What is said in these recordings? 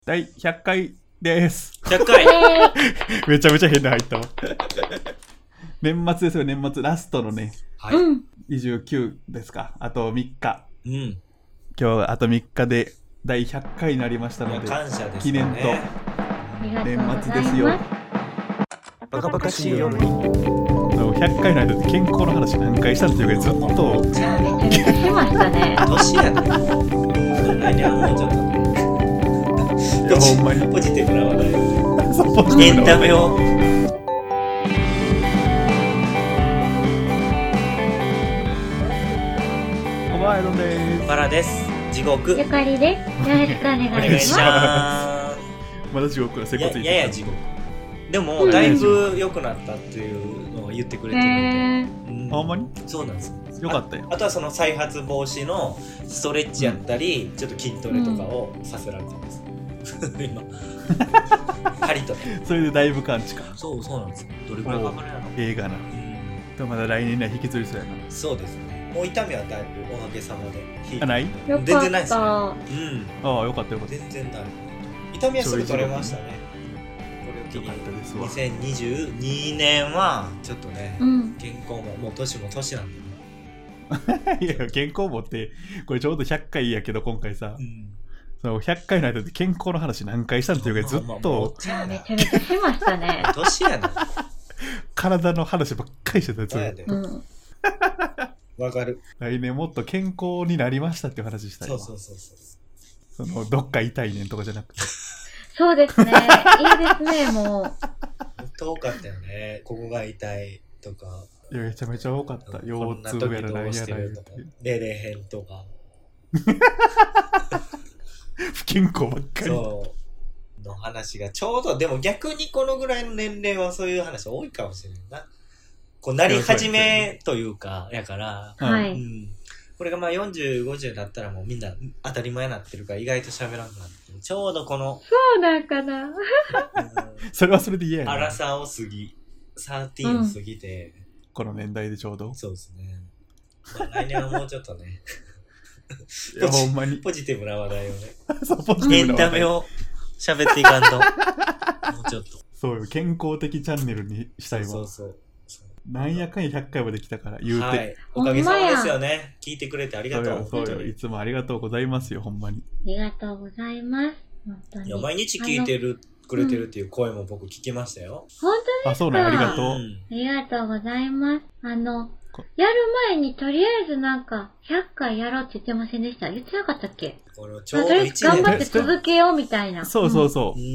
第100回です。 100回めちゃめちゃ変な入ったわ。年末ですよ、年末ラストのね、 はい、 29ですか。あと3日。 うん、 今日はあと3日で第100回になりましたので、 感謝ですね、 記念と年末ですよ。 バカバカしいよね。 100回の間で健康の話何回したっていうかずっとめちゃめちゃしましたね。 年やね。来年はもうちょっとほんまにポジティブな話題をエンタメをおばあやどんです。 バラです。地獄ゆかりです。よろしくお願いしままだ地獄の接骨院。 やや地獄。でも、だいぶ良くなったっていうのを言ってくれてるので、 ほんまにそうなんですよかったよ。 あとはその再発防止のストレッチやったり、ちょっと筋トレとかをさせられてます、今針とね。 それでだいぶ感知か。 そうなんですよ。どれくらいかかるやろ。 映画な。でもまだ来年には引きずりそうやな。 そうですね。もう痛みはだいぶおかげさまであ、ない？ よかった。 全然ないですね。 ああ、よかったよかった。 全然ない。痛みはすぐ取れましたね。これを機によかったですわ。 2022年はちょっとね、健康もう年も年なんでね。 いや健康もってこれちょうど100回やけど今回さ、その100回の間で健康の話何回したんっていうかずっとめちゃめちゃしましたね。 年やな。 体の話ばっかりしてたやつ。 わかる。 来年もっと健康になりましたっていう話したいわ。 そう。 そのどっか痛いねんとかじゃなくて。 そうですね。いいですね、もう。 遠かったよね。ここが痛いとか。 いやめちゃめちゃ多かった。腰痛やら何やら言うて。 寝れへんとか。 不健康ばっかり。 そうの話がちょうど、でも逆にこのぐらいの年齢はそういう話多いかもしれないな。こうなり始めというかやから、 はい。 これがまあ40、50だったらもうみんな当たり前になってるから意外と喋らんくなってる。ちょうどこのそうなんかな。 それはそれで嫌やな。 アラサーを過ぎ、13を過ぎて、 この年代でちょうど。 そうですね。まあ、来年はもうちょっとねいやほんまにポジティブな話題をねそうポジテエィブな話題ンタメを喋っていかんともうちょっとそうよ健康的チャンネルにしたいわ。 そうなんやかんや100回まで来たから言うて、 はい、おかげさまですよね。聞いてくれてありがとう。 そうよいつもありがとうございますよほんまに。 ありがとうございます。本当に。 いや毎日聞いてくれてるっていう声も僕聞きましたよ。 本当ですか？ あ、そうなん、ありがとう。 ありがとうございます。やる前にとりあえずなんか100回やろうって言ってませんでした？言ってなかったっけ？ これちょうど1年頑張って続けようみたいな。 そう、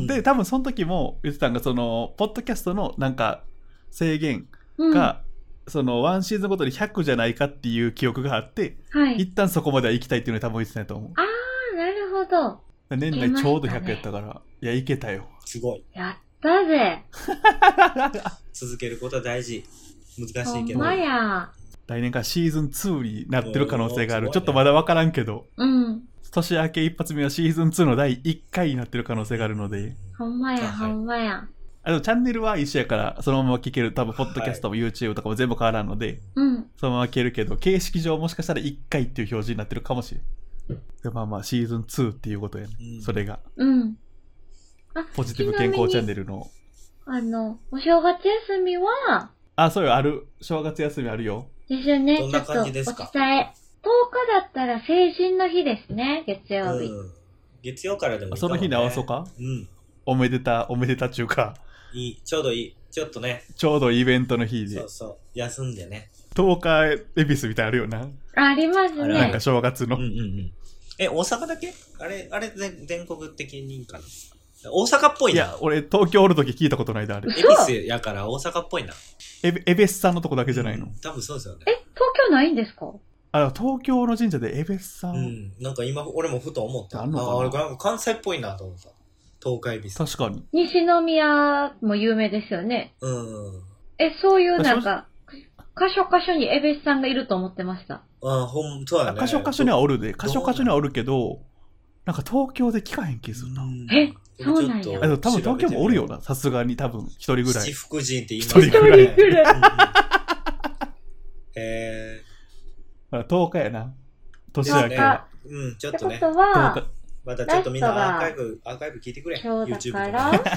で多分その時も言ってたんがそのポッドキャストのなんか制限が、そのワンシーズンごとに100じゃないかっていう記憶があって、一旦そこまでは行きたいっていうのを多分言ってたと思う。 あー、なるほど。 年内ちょうど100やったから、いやいけたよ。 すごい。 やったぜ。 続けることは大事。難しいけど。 ほんまや。 来年からシーズン2になってる可能性がある。ちょっとまだ分からんけど。年明け一発目はシーズン2の第1回になってる可能性があるので。 ほんまや。 でもチャンネルは一緒やからそのまま聞ける。多分ポッドキャストも YouTube とかも全部変わらんので、そのまま聞けるけど形式上もしかしたら1回っていう表示になってるかもしれん。でまあシーズン2っていうことやね、それが。ポジティブ健康チャンネルのお正月休みはそうよ、ある。正月休みあるよ。 ですよね。 どんな感じですか？ ちょっとお伝え。10日だったら成人の日ですね、月曜日。 月曜からでもいいかもね。 その日に合わそうか？おめでたちゅうか。 ちょうどいい。ちょっとね。 ちょうどイベントの日で。 そう。休んでね。 10日恵比寿みたいなあるよな。 ありますね。 なんか正月の。 大阪だけ？あれ全国的にかな。大阪っぽいな。 いや、俺東京おるとき聞いたことないであれ。 恵比寿やから大阪っぽいな。 エベスさんのとこだけじゃないの？ 多分そうですよね。 東京ないんですか？ 東京の神社でエベスさん。 なんか今俺もふと思った。 あんのかな？ 俺なんか関西っぽいなと思った。東海恵比寿。 確かに。 西宮も有名ですよね。そういうなんか箇所にエベスさんがいると思ってました。 そうやね。 箇所にはおるで。箇所にはおるけど、なんか東京で聞かへん気するな。 そうなんや。 多分東京もおるよな。さすがに多分一人ぐらい。 七福神って言いますね。 一人ぐらい。 へ 10日やな。年明けは。ちょっとね。 ってことは、 またちょっとみんなアーカイブ聞いてくれ。 今日だ YouTube から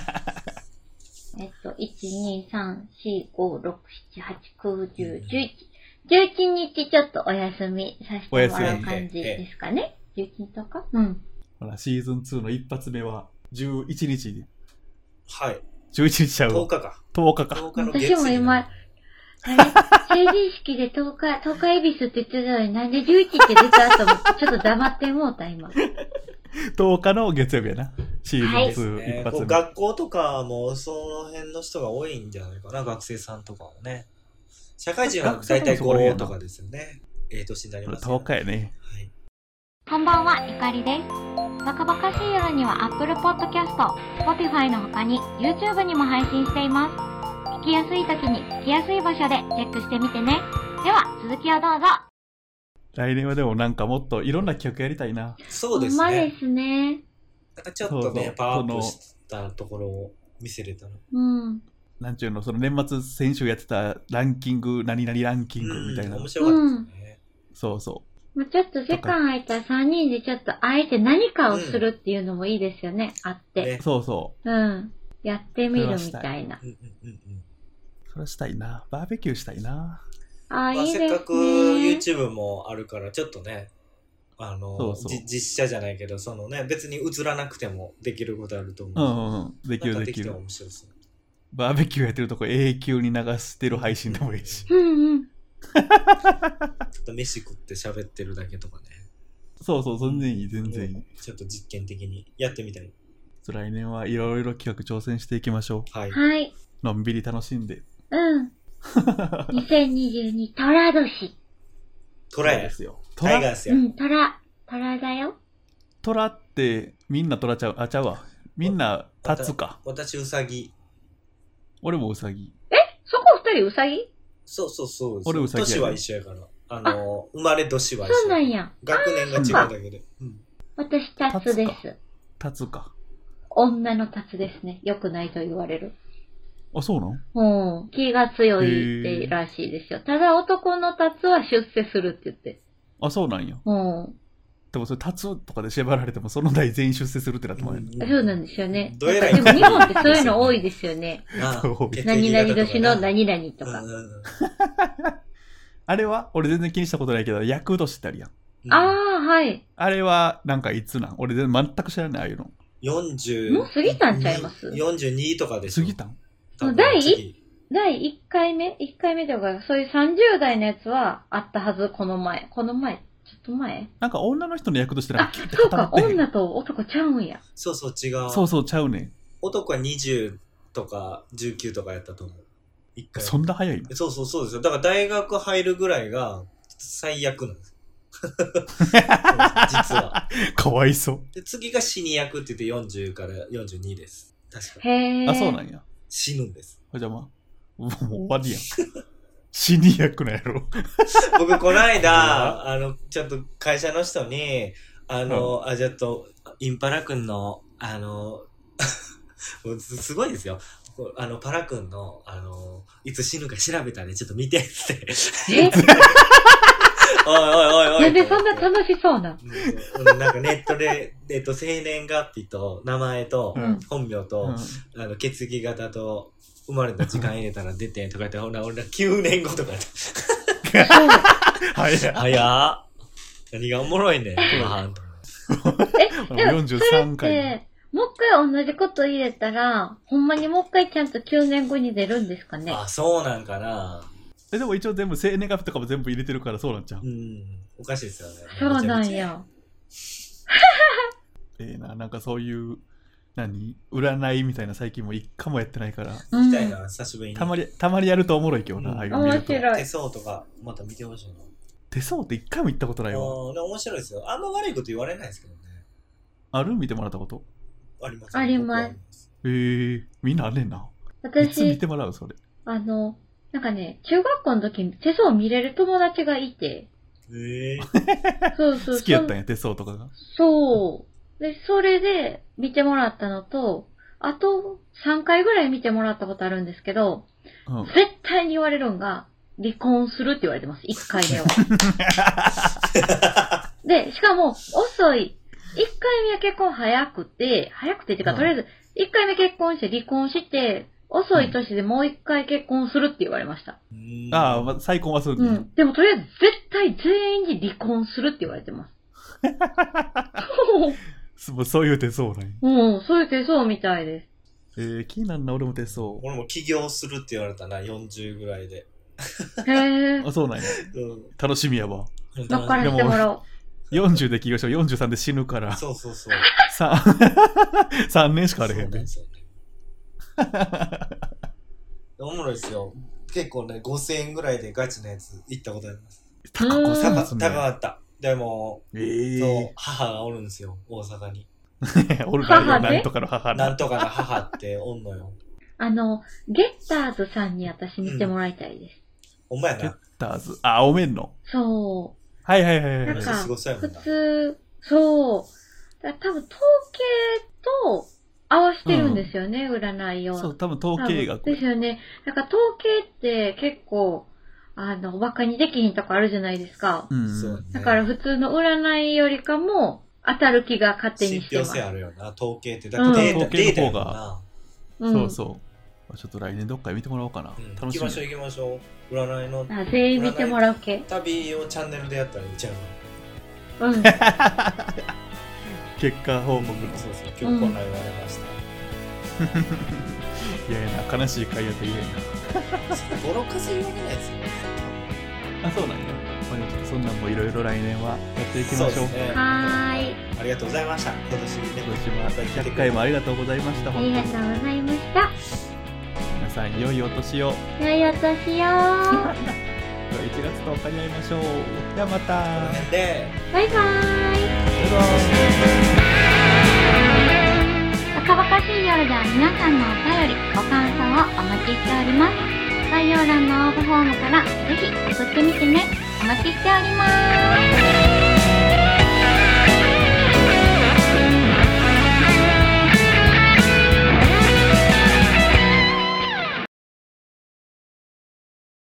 、1、2、3、4、5、6、7、8、9、10、11。11日ちょっとお休みさせてもらう感じですかね。11日とかうん。 ほら、シーズン2の一発目は11日に。 はい。 11日ちゃう。 10日か。 10日か。 10日の月私も今、成人式で10日恵比寿って言ってたのになんで11って出たと思って、ちょっと黙ってもうた、今。 10日の月曜日やな。シーズン2一発目。 学校とかもその辺の人が多いんじゃないかな、学生さんとかもね。社会人は大体5とかですよね。年になります、 ね。10日やね。 はい。こんばんは、ゆかりです。バカバカしい夜には Apple Podcast、Spotify の他に YouTube にも配信しています。聞きやすい時に聞きやすい場所でチェックしてみてね。では、続きをどうぞ。 来年はでもなんかもっといろんな企画やりたいな。 そうですね。 ほんまですね。 なんかちょっとね、パワーアップしたところを見せれたら。 うん。 なんちゅうの、その年末先週やってたランキング、何々ランキングみたいな。 面白かったですね。 そうそう。 ちょっと時間空いたら3人でちょっと会えて何かをするっていうのもいいですよね、会って。 ね、そうそう。うん。やってみるみたいな。 それしたいな。バーベキューしたいな。 いいですね。 せっかく YouTube もあるから、ちょっとね、 そう実写じゃないけど、そのね、別に映らなくてもできることあると思う。できるできる。 面白そう。 バーベキューやってるとこ永久に流してる配信でもいいし。 うんうん。 ちょっと飯食って喋ってるだけとかね。 そうそう、全然いい、全然いい。 ちょっと実験的にやってみたい。 来年はいろいろ企画挑戦していきましょう。 はい。 はい。 のんびり楽しんで。 うん。2022虎年。 虎やですよ。タイガースや。 うん、虎だよ。 虎ってみんな虎ちゃう、ちゃうわ。みんな立つか。 私ウサギ。 俺もウサギ。 そこ二人ウサギ？ そう。 俺ウサギ。 年は一緒やから。生まれ年は一緒。 そうなんや。 学年が違うだけで。 私タツです。 タツか。 女のタツですね。良くないと言われる。 あ、そうなの？ うん。気が強いってらしいですよ。ただ男のタツは出世するって言って。 あ、そうなんや。 うん。 でもそれタツとかで縛られてもその代全員出世するってなってもらえる。 そうなんですよね。でも日本ってそういうの多いですよね。何々年の何々とか。 あれは俺全然気にしたことないけど、厄年ってあるやん。 はい。 あれはなんかいつなん？俺全く知らない、ああいうの。 40。 もう過ぎたんちゃいます？ 42 とかでしょ。 過ぎたん？ 第1回目とか、そういう30代のやつはあったはず、この前。ちょっと前なんか女の人の役としてなんかキュッて固まってへん。そうか、女と男ちゃうんや。 そう違う。 そうちゃうねん。 男は20とか19とかやったと思う。 1回。そんな早いの？ そうですよ。だから大学入るぐらいが最悪なんです。実は。 かわいそう。 で、次が死に役って言って40から42です。確かに。 あ、そうなんや。 死ぬんです。 お邪魔。もう終わりやん。死に役なんやろ。 僕、この間、ちょっと会社の人に、ちょっと、インパラ君の、すごいですよ。パラ君の、いつ死ぬか調べたね、ちょっと見てって。おい。 なんでそんな楽しそうな。 なんかネットで、生年月日と名前と、本名と、血液型と、生まれた時間入れたら出て、とか言って、俺ら9年後とかやった。早っ。何がおもろいねん、この半と。 43回。 もう一回同じこと入れたら、ほんまにもう一回ちゃんと9年後に出るんですかね。 あ、そうなんかな。 でも一応全部生年月日とかも全部入れてるからそうなんちゃう？ おかしいですよね。 そうなんや。 なんかそういう、占いみたいな最近も一回もやってないから。 行きたいな、久しぶりに。 たまにやるとおもろいけどな、ああいうの見ると。 面白い。 手相とか、また見てほしいな。 手相って一回も行ったことないわ。 面白いですよ。あんま悪いこと言われないですけどね。 ある？見てもらったこと？ あります。 あります。 みんなあんねんな。 私、 いつ見てもらうそれ。 なんかね、中学校の時手相見れる友達がいて。そう。 好きやったんや、手相とかが。 そう。で、それで見てもらったのと、あと3回ぐらい見てもらったことあるんですけど、絶対に言われるんが、離婚するって言われてます、1回目は。で、しかも、遅い。 回目は結婚早くてっていうか、とりあえず、1回目結婚して離婚して、遅い年でもう1回結婚するって言われました。 ああ、再婚はするね。でもとりあえず絶対全員に離婚するって言われてます。 そういう手相ね。 そういう手相みたいです。 気になるな、俺も手相。 俺も起業するって言われたな、40ぐらいで。 あ、そうなんや。楽しみやわ。 乗っからしてもらおう。 40で起業しよう、43で死ぬから。 そう。 3年しかあれへんね。 おもろいですよ。結構ね、5000円ぐらいでガチなやつ行ったことあります。 高かった。でも、そう、母がおるんですよ、大阪に。 おるからなんとかの母なんとかの母っておんのよ。 ゲッターズさんに私見てもらいたいです。 ほんまやな。 ゲッターズ。あ、おめんの。 そう。 はい。 なんか、普通、そう。多分統計と合わせてるんですよね、占いを。 そう、多分統計学。 ですよね。なんか統計って結構、馬鹿にできひんとこあるじゃないですか。だから普通の占いよりかも当たる気が勝手にしてます。 信憑性あるよな、統計って。だからデータの方が。 そう。ちょっと来年どっか見てもらおうかな。 楽しみ。行きましょう。占いの。 全員見てもらう系。 旅をチャンネルでやったらいいちゃうの。 結果報告の。 そう。今日こんな言われました。 いやな、悲しい会話で言えんな。 ボロカス言われないですよ。 あ、そうなんや。そんなんもいろいろ来年はやっていきましょう。 はい。 ありがとうございました。今年は100回もありがとうございました。 ありがとうございました。 皆さん、良いお年を。 良いお年を。1 月10日に会いましょう。ではまた。 バイバイ。バカバカしい夜では皆さんのお便り、ご感想をお待ちしております。概要欄の応募フォームからぜひ送ってみてね。お待ちしております。